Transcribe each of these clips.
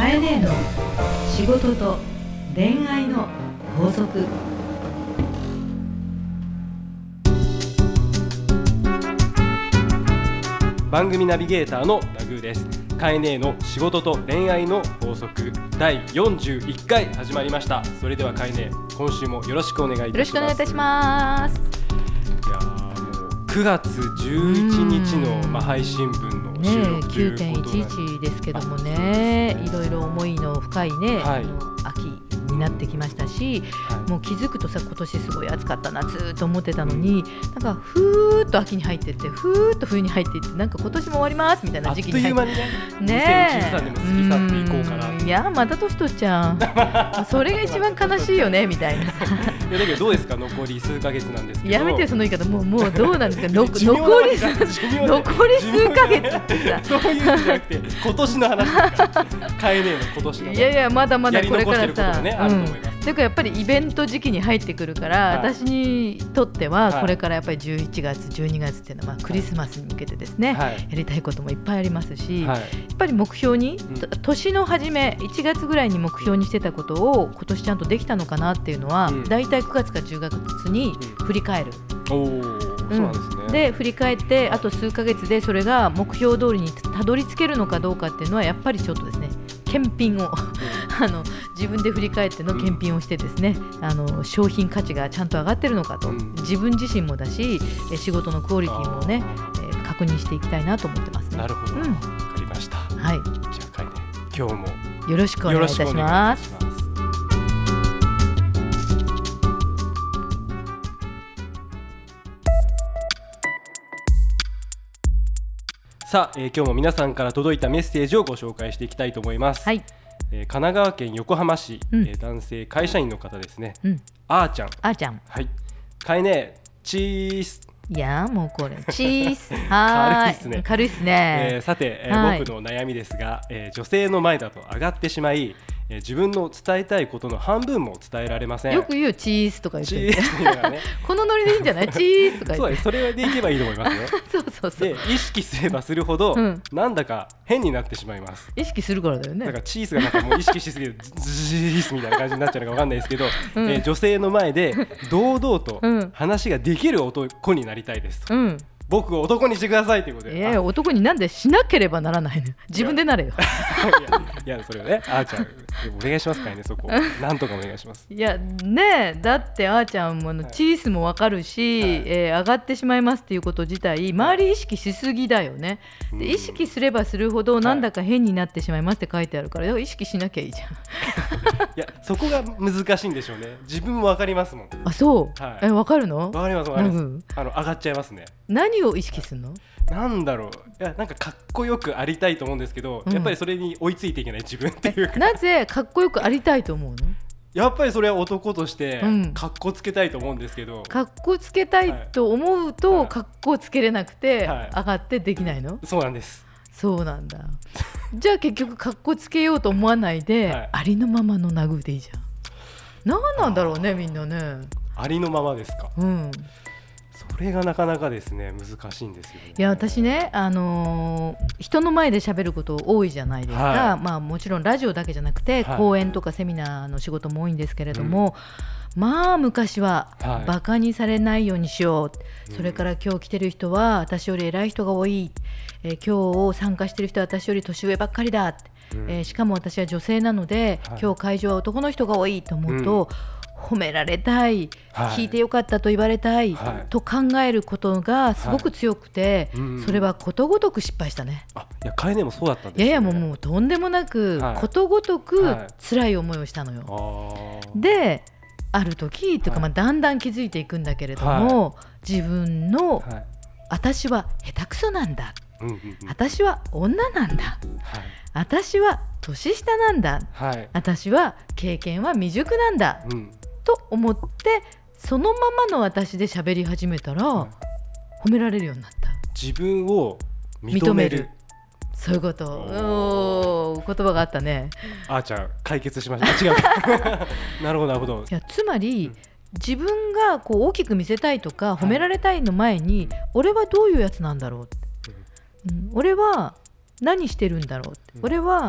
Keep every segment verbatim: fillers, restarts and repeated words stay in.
かえねえの仕事と恋愛の法則。 番組ナビゲーターのラグーです。かえねえの仕事と恋愛の法則だいよんじゅういっかい始まりました。それではかえねえ、今週もよろしくお願いいたします。 よろしくお願いいたします。 いやもうくがつじゅういちにちの、まあ、配信分の収録ということなんで、 ね、きゅうてんいちいちですけども ね, ねいろいろ思いの深いね、はい、あの秋になってきましたし、はい、もう気づくとさ、今年すごい暑かったなずっと思ってたのに、なんかふーっと秋に入ってってふーっと冬に入っていって、なんか今年も終わりますみたいな時期に入って、あっという間にね、ねにせんじゅうさんねんも過ぎ去っていこうかな。 いやまた年取っちゃうそれが一番悲しいよねみたいなさいやだけどどうですか、残り数ヶ月なんですけど。 やめてよその言い方。もうもうどうなんですかの残り残り数ヶ月ってさそういうんじゃなくて今年の話ですからかえねえの今年の、 いやいやまだまだこれからさ、 やり残してることもね、あると思います。 というかやっぱりイベント時期に入ってくるから、はい、私にとってはこれからやっぱりじゅういちがつじゅうにがつっていうのは、まあ、クリスマスに向けてですね、はい、やりたいこともいっぱいありますし、はい、やっぱり目標に、うん、年の初めいちがつぐらいに目標にしてたことを今年ちゃんとできたのかなっていうのは、うん、だいたいくがつかじゅうがつに振り返る、うん、おそうなんですね。で振り返ってあと数ヶ月でそれが目標通りにたどり着けるのかどうかっていうのはやっぱりちょっとですね検品を、うん、あの自分で振り返っての検品をしてですね、うん、あの商品価値がちゃんと上がってるのかと、うん、自分自身もだし仕事のクオリティもね、えー、確認していきたいなと思ってますね。 なるほど、わ、うん、かりました。はい、じゃあかえね今日もよろしくお願いいたします。 さあ、えー、今日も皆さんから届いたメッセージをご紹介していきたいと思います。はい、えー、神奈川県横浜市、うん、えー、男性会社員の方ですね、うん、あーちゃんあーちゃん、 はい、かえねチース。いやもうこれチースはーい軽いっすね、軽いっすね、 えー、さて、えー、僕の悩みですが、えー、女性の前だと上がってしまい、えー、自分の伝えたいことの半分も伝えられません。 よく言うチースとか言って、チース、ね、このノリでいいんじゃないチースとか言ってそうです、それでいけばいいと思いますよそうそうそう。 で意識すればするほど、うん、なんだか変になってしまいます。 意識するからだよね。 だからチースがなんかもう意識しすぎてジースみたいな感じになっちゃうのか分かんないですけど、うん、えー、女性の前で堂々と話ができる男になりたいですと、うん、僕を男にしてくださいということで。 いや男になんでしなければならないの、自分でなれよいや, いやそれをねあーちゃんお願いしますからね、そこなんとかお願いします。 いやねだってあーちゃんものチースもわかるし、はい、えー、上がってしまいますっていうこと自体周り意識しすぎだよね、はい、で意識すればするほどなんだか変になってしまいますって書いてあるから、意識しなきゃいいじゃんいやそこが難しいんでしょうね。自分もわかりますもん。 あそう、はい、えわかるの？ わかりますわかります、あの上がっちゃいますね。 何を意識するの？ なんだろう、いやなんかかっこよくありたいと思うんですけど、うん、やっぱりそれに追いついていけない自分っていうかなぜかっこよくありたいと思うの？ やっぱりそれは男としてかっこつけたいと思うんですけど、うん、 かっこつけたいと思うと、はい、かっこつけれなくて、はい、上がってできないの？ そうなんです。 そうなんだじゃあ結局かっこつけようと思わないで、はい、ありのままのナグでいいじゃん。何なんだろうねみんなね。 ありのままですか。うん、それがなかなかですね難しいんですよね。 いや私ね、あのー、人の前で喋ること多いじゃないですか、はい、まあ、もちろんラジオだけじゃなくて、はい、講演とかセミナーの仕事も多いんですけれども、うん、まあ昔はバカにされないようにしよう、はい、それから今日来てる人は私より偉い人が多い、えー、今日参加してる人は私より年上ばっかりだって、うん、えー、しかも私は女性なので、はい、今日会場は男の人が多いと思うと、うん、褒められたい、はい、聞いてよかったと言われたい、はい、と考えることがすごく強くて、はい、うん、それはことごとく失敗したね。 あ、いやカエネもそうだったんですね。 いやいやもう、もうとんでもなく、はい、ことごとく辛い思いをしたのよ、はい、である時というか、まあ、だんだん気づいていくんだけれども、はい、自分の、はい、私は下手くそなんだ、うんうんうん、私は女なんだ、はい、私は年下なんだ、はい、私は経験は未熟なんだ、うん、と思ってそのままの私で喋り始めたら、はい、褒められるようになった。 自分を認める、認める、 そういうこと。お言葉があったね。 あーちゃん解決しました。違うなるほどなるほど。 いやつまり、うん、自分がこう大きく見せたいとか褒められたいの前に、はい、俺はどういうやつなんだろうって、うん、俺は何してるんだろうって、うん、俺は、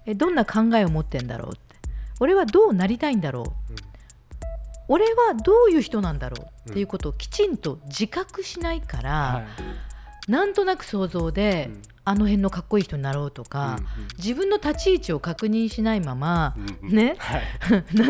えどんな考えを持ってんだろうって、俺はどうなりたいんだろう、うん、俺はどういう人なんだろうっていうことをきちんと自覚しないから、はい、なんとなく想像で、うん、あの辺のかっこいい人になろうとか、うんうん、自分の立ち位置を確認しないまま、うんうん、ね、はい、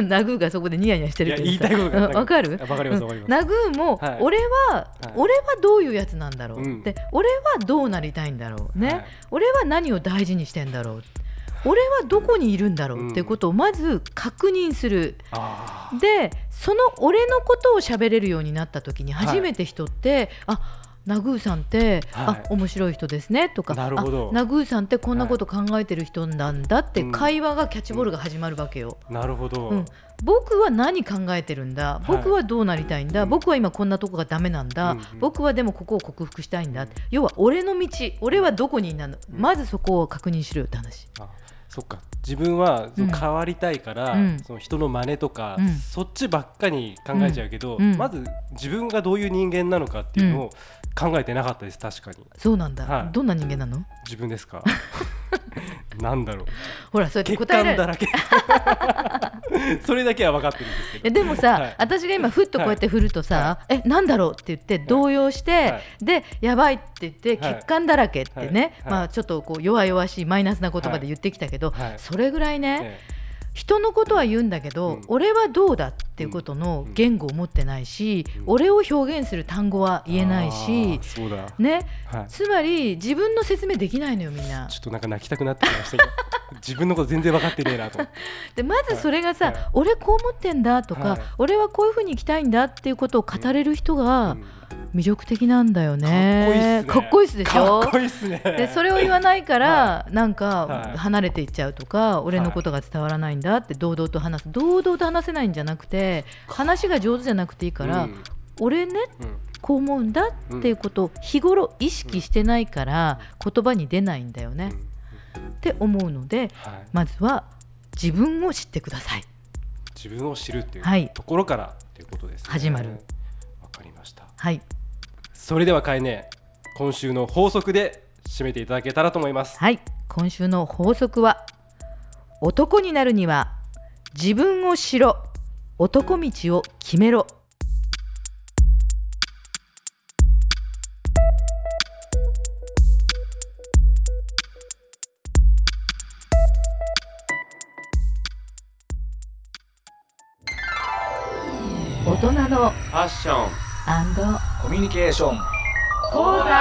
ナグーがそこでニヤニヤしてるけどさ、 言いたいことがわかる？ わかりますわかります。 ナグーも、はい、俺は、はい、俺はどういうやつなんだろう、うん、で俺はどうなりたいんだろうね、はい、俺は何を大事にしてんだろう、俺はどこにいるんだろうっていうことをまず確認する、うん、でその俺のことを喋れるようになった時に初めて人って、はい、あナグーさんって、はい、あ面白い人ですねとか、 なるほど、 あナグーさんってこんなこと考えてる人なんだって会話がキャッチボールが始まるわけよ、 うん、なるほど、 うん、僕は何考えてるんだ、僕はどうなりたいんだ、はい、僕は今こんなとこがダメなんだ、うんうん、僕はでもここを克服したいんだ、要は俺の道、俺はどこにいるの、うん、まずそこを確認しろよって話。 あそっか、自分はその変わりたいから、うん、その人の真似とか、うん、そっちばっかり考えちゃうけど、うん、まず自分がどういう人間なのかっていうのを考えてなかったです。確かにそうなんだ、はい、どんな人間なの？ 自分ですかなんだろう、 ほらそうやって答えられる、 血管だらけそれだけは分かってるんですけど、 でもさ、はい、私が今ふっとこうやって振るとさ、はい、えなんだろうって言って動揺して、はい、でやばいって言って血管だらけってね、はい、まあ、ちょっとこう弱々しいマイナスな言葉で言ってきたけど、はいはい、それぐらいね、はい、人のことは言うんだけど、うん、俺はどうだっていうことの言語を持ってないし、うん、俺を表現する単語は言えないし、 そうだ、 ね、 はい、 つまり自分の説明できないのよみんな。 ちょっとなんか泣きたくなってきましたけど自分のこと全然分かってねえなとでまずそれがさ、はい、俺こう思ってんだとか、はい、俺はこういうふうに生きたいんだっていうことを語れる人が魅力的なんだよね。かっこいいっすでしょ。 かっこいいっすね。 でそれを言わないから、はい、なんか離れていっちゃうとか、はい、俺のことが伝わらないんだって堂々と話す、堂々と話せないんじゃなくて、話が上手じゃなくていいから、うん、俺ね、うん、こう思うんだっていうことを日頃意識してないから言葉に出ないんだよね、うん、って思うので、はい、まずは自分を知ってください。 自分を知るっていうところからということですね。 始まる。 わかりました。 はい。 それではかえね、今週の法則で締めていただけたらと思います。 はい、今週の法則は、男になるには自分を知ろ、男道を決めろ。大人のファッションコミュニケーション講座。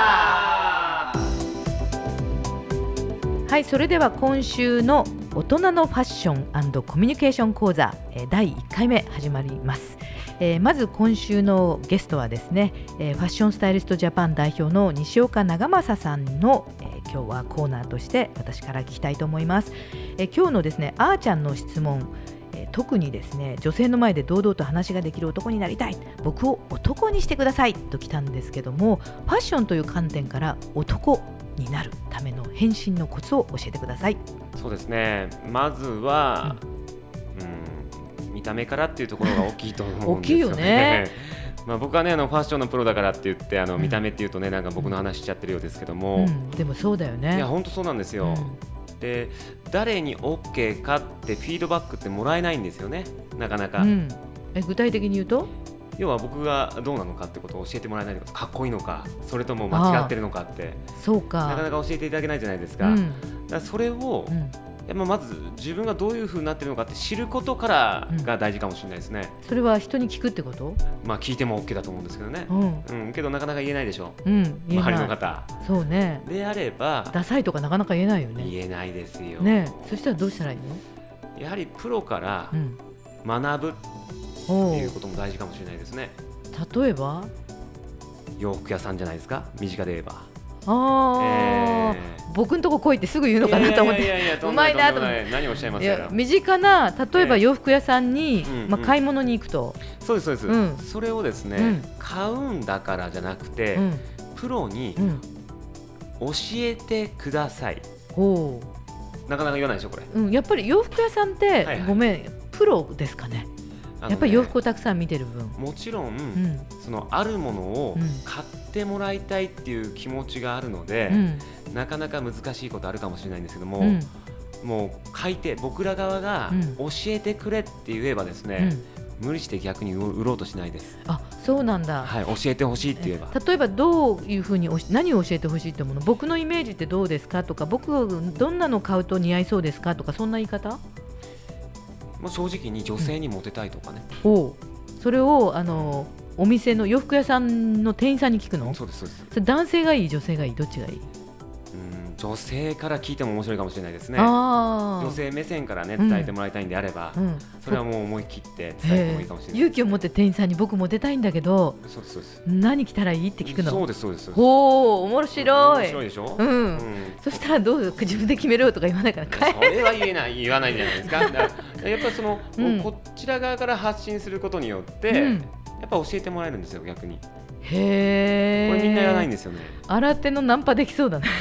はい、それでは今週の大人のファッション&コミュニケーション講座、えー、だいいっかいめ始まります。えー、まず今週のゲストはですね、えー、ファッションスタイリストジャパン代表の西岡長政さんの、えー、今日はコーナーとして私から聞きたいと思います。えー、今日のですね、あーちゃんの質問、特にですね、女性の前で堂々と話ができる男になりたい、僕を男にしてくださいと来たんですけども、ファッションという観点から男になるための変身のコツを教えてください。 そうですね、まずは、うんうん、見た目からっていうところが大きいと思うんですよね。大きいよねまあ僕はね、あのファッションのプロだからって言ってあの見た目っていうとね、なんか僕の話しちゃってるようですけども、うん、 でもそうだよね。 いや本当そうなんですよ、うん、で誰に OK かってフィードバックってもらえないんですよね、なかなか、うん、 え具体的に言うと、 要は僕がどうなのかってことを教えてもらえないとか、かっこいいのかそれとも間違ってるのかってそうかなかなか教えていただけないじゃないですか、うん、だからそれを、うん、やまず自分がどういう風になってるのかって知ることからが大事かもしれないですね、 うん、それは人に聞くってこと？ まあ聞いても OK だと思うんですけどね、うんうん、けどなかなか言えないでしょ、 うん、 周りの方。 そうね。 であればダサいとかなかなか言えないよね。 言えないですよ、 ね、そしたらどうしたらいいの？ やはりプロから学ぶっていうことも大事かもしれないですね。 例えば洋服屋さんじゃないですか、身近で言えば。 あ、えー、僕んとこ来いってすぐ言うのかなと思って、うまいなと思って。 何をおっしゃいますか。 身近な例えば洋服屋さんに、えーまあ、買い物に行くと、 うんうん、そうですそうです、うん、それをですね、うん、買うんだからじゃなくて、うん、プロに教えてください、うん、なかなか言わないでしょこれ、 うん、やっぱり洋服屋さんって、はいはい、ごめんプロですかね。やっぱり洋服をたくさん見てる分、 もちろん、うん、そのあるものを買ってもらいたいっていう気持ちがあるので、うん、なかなか難しいことあるかもしれないんですけども、うん、 もう書いて僕ら側が教えてくれって言えばですね、うん、無理して逆に売ろうとしないです。 あ、そうなんだ。 はい、教えてほしいって言えば。 例えばどういうふうに何を教えてほしいってもの、僕のイメージってどうですかとか、僕どんなの買うと似合いそうですかとか、そんな言い方？ もう正直に女性にモテたいとかね、 うん、おそれをあのお店の洋服屋さんの店員さんに聞くの？ そうですそうです。 それ男性がいい女性がいいどっちがいい？ 女性から聞いても面白いかもしれないですね。女性目線からね伝えてもらいたいんであれば、うん、それはもう思い切って伝えてもいいかもしれない。 勇気を持って店員さんに僕モテたいんだけど、 そうですそうです。 何着たらいいって聞くの？ そうですそうです。 おお、面白い。 面白いでしょ。 うん。うん、そしたらどう自分で決めろとか言わないから。 それは言えない言わないんじゃないですか。やっぱりその、うん、こちら側から発信することによって、うん、やっぱ教えてもらえるんですよ逆に。 へー、 これみんなやらないんですよね。 新手のナンパできそうだね。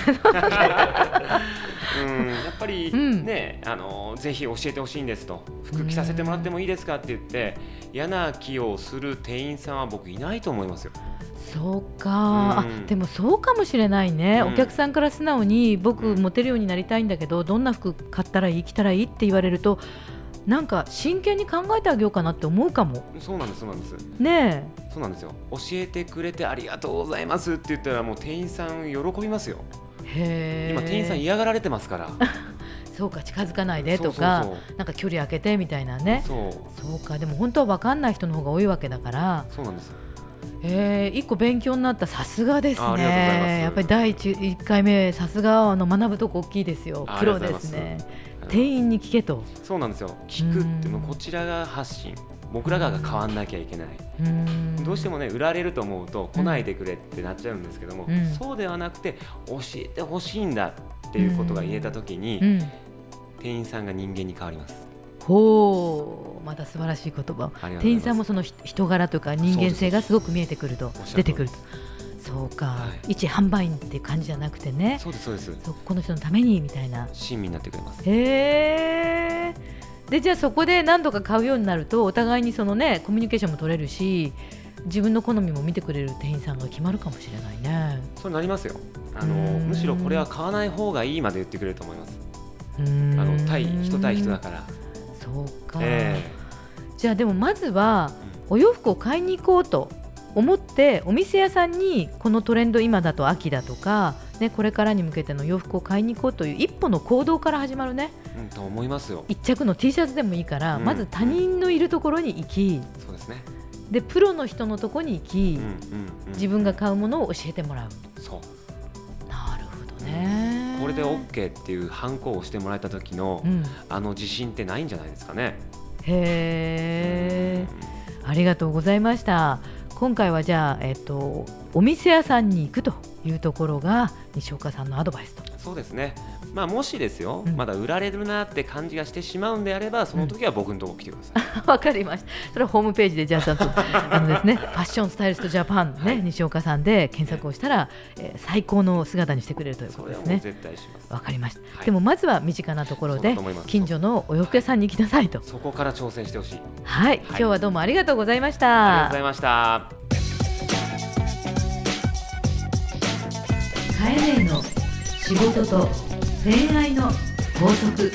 うん、やっぱりね、うん、あのぜひ教えてほしいんですと、服着させてもらってもいいですかって言って嫌な気をする店員さんは僕いないと思いますよ。 そうか、うん、あでもそうかもしれないね、うん、お客さんから素直に僕モテるようになりたいんだけど、どんな服買ったらいい着たらいいって言われるとなんか真剣に考えてあげようかなって思うかも。 そうなんですそうなんですねえ、 そうなんですよ。教えてくれてありがとうございますって言ったらもう店員さん喜びますよ。 へー、 今店員さん嫌がられてますからそうか、近づかないでとか、そうそうそう、なんか距離空けてみたいなね。そうそうか、でも本当は分かんない人の方が多いわけだから。 そうなんです。 えー、一個勉強になった。さすがですね。 ありがとうございます。 やっぱりだい いっかいめさすがあの学ぶとこ大きいですよ。プロですね。店員に聞けと。 そうなんですよ。聞くってもこちらが発信、僕ら側が変わんなきゃいけない。うん、どうしてもね売られると思うと来ないでくれってなっちゃうんですけども、うん、そうではなくて教えてほしいんだっていうことが言えたときに、うん、店員さんが人間に変わります。 ほう、また素晴らしい言葉。店員さんもその人柄というか人間性がすごく見えてくると、出てくると。そうか、はい、一販売員っていう感じじゃなくてね。 そうですそうです。 そこの人のためにみたいな親身になってくれます。 へー。でじゃあそこで何度か買うようになるとお互いにその、ね、コミュニケーションも取れるし、自分の好みも見てくれる店員さんが決まるかもしれないね。 そうなりますよ。あのむしろこれは買わない方がいいまで言ってくれると思います。うーん、あの対人対人だから。 そうか、えー、じゃあでもまずはお洋服を買いに行こうと思ってお店屋さんにこのトレンド、今だと秋だとか、ね、これからに向けての洋服を買いに行こうという一歩の行動から始まるね。 うん、と思いますよ。 一着の T シャツでもいいから、うん、まず他人のいるところに行き、 そうですね。 でプロの人のところに行き、うんうんうん、自分が買うものを教えてもらう。 そう、 なるほどね。 これで OK っていうハンコをしてもらえた時の、うん、あの自信ってないんじゃないですかね。 へー、うん、ありがとうございました。今回はじゃあ、えっと、お店屋さんに行くというところが西岡さんのアドバイスと。 そうですね。まあ、もしですよ、うん、まだ売られるなって感じがしてしまうんであれば、その時は僕のところ来てください。 わ、うん、かりました。それはホームページでじゃあちゃんとあのですね、ファッションスタイリストジャパン、ね、はい、西岡さんで検索をしたら、えー、最高の姿にしてくれるということですね。 それはもう絶対します。 わかりました、はい、でもまずは身近なところで近所のお洋服屋さんに行きなさいと。 そこから挑戦してほしい。 はい、はい、今日はどうもありがとうございました。 ありがとうございました。 カエネの仕事と恋愛の法則。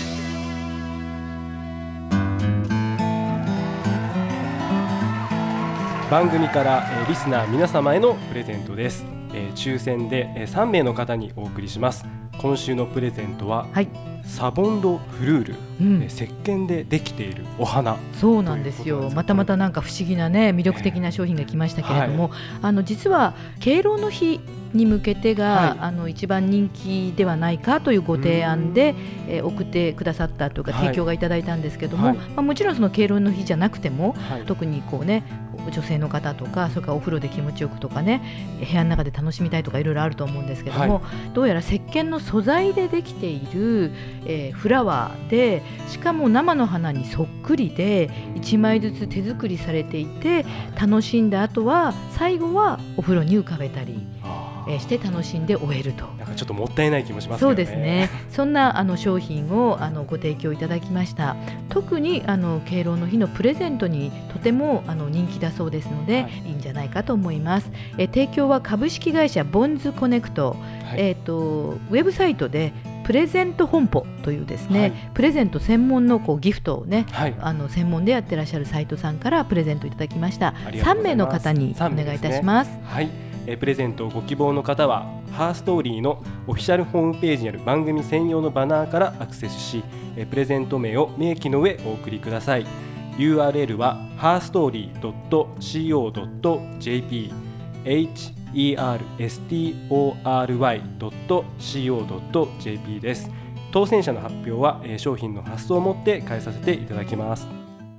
番組から、えー、リスナー皆様へのプレゼントです。えー、抽選で、えー、さんめいの方にお送りします。今週のプレゼントは、はい、サボンドフルール、うん、石鹸でできているお花。 そうなんですよ。またまたなんか不思議なね、魅力的な商品が来ましたけれども、はい、あの実は敬老の日に向けてが、はい、あの一番人気ではないかというご提案で、えー、送ってくださったというか、はい、提供がいただいたんですけども、はい、まあ、もちろんその敬老の日じゃなくても、はい、特にこうね、女性の方とか、それからお風呂で気持ちよくとかね、部屋の中で楽しみたいとかいろいろあると思うんですけども、はい、どうやら石鹸の素材でできている、えー、フラワーで、しかも生の花にそっくりでいちまいずつ手作りされていて、楽しんだ後は最後はお風呂に浮かべたりえー、して楽しんで終えると。 なんかちょっともったいない気もしますけどね。 そうですね。そんなあの商品をあのご提供いただきました。特にあの敬老の日のプレゼントにとてもあの人気だそうですので、はい、いいんじゃないかと思います。えー、提供は株式会社ボンズコネクト、はい、えーと、ウェブサイトでプレゼント本舗というですね、はい、プレゼント専門のこうギフトをね、はい、あの専門でやってらっしゃる斉藤さんからプレゼントいただきました。さんめいの方にお願いいたします。 ね、はい、えプレゼントをご希望の方はハーストーリーのオフィシャルホームページにある番組専用のバナーからアクセスし、えプレゼント名を明記の上お送りください。 ユーアールエル は ハーストーリー ドット シーオー ドット ジェーピー エイチイーアールエスティーオーアールワイ ドット シーオー ドット ジェーピー です。当選者の発表は、えー、商品の発送をもって返させていただきます。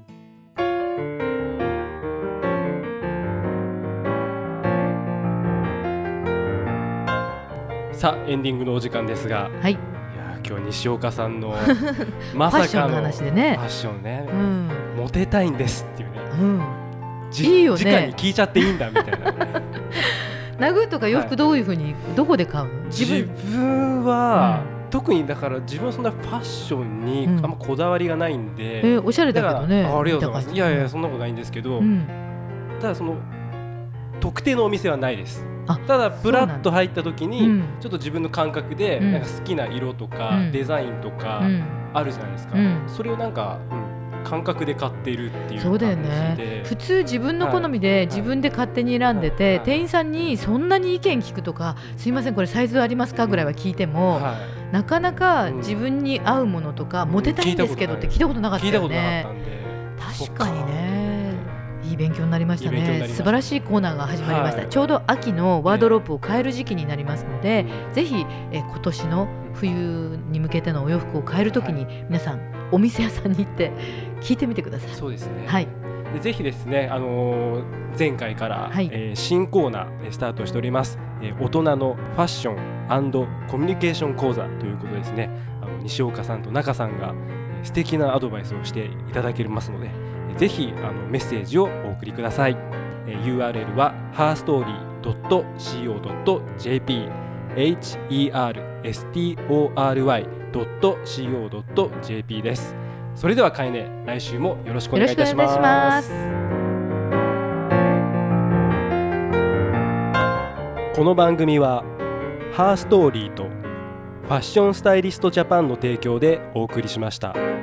さあエンディングのお時間ですが、はい、いや今日西岡さんのまさかのファッションの話でね、ファッションね、うん、モテたいんですっていうね、うん、いいよね、直に聞いちゃっていいんだみたいな、ね、 ナグとか洋服どういうふうに、はい、どこで買うの？ 自分、自分は、うん、特にだから自分はそんなファッションにあんまこだわりがないんで、 うん、えー、おしゃれだけどね。 ありがとうございます。いやいやそんなことないんですけど、うん、ただその特定のお店はないです。ただプラッと入った時に、うん、ちょっと自分の感覚で、うん、なんか好きな色とか、うん、デザインとかあるじゃないですか、うん、それをなんか、うん、感覚で買っているっていう感じで。 そうだよね。普通自分の好みで自分で勝手に選んでて、はいはい、店員さんにそんなに意見聞くとか、すいませんこれサイズありますかぐらいは聞いても、はい、なかなか自分に合うものとか、モテたいんですけどって聞いたことなかったよね。確かにね、いい勉強になりましたね。素晴らしいコーナーが始まりました、はい、ちょうど秋のワードロープを変える時期になりますので、うん、ぜひえ今年の冬に向けてのお洋服を変えるときに、はい、皆さんお店屋さんに行って聞いてみてください。 そうですね、 はい、 でぜひですね、あのー、前回から、はい、えー、新コーナースタートしております、えー、大人のファッション&コミュニケーション講座ということですね。あの西岡さんと中さんが、えー、素敵なアドバイスをしていただけますので、ぜひあのメッセージをお送りください。えー、ユーアールエル は ハーストーリー ドット シーオー ドット ジェーピー エイチイーアールエスティーオーアールワイ ドット シーオー ドット ジェーピー です。それではかえね、来週もよろしくお願いいたします。よろしくお願いします。この番組はハーストーリーとファッションスタイリストジャパンの提供でお送りしました。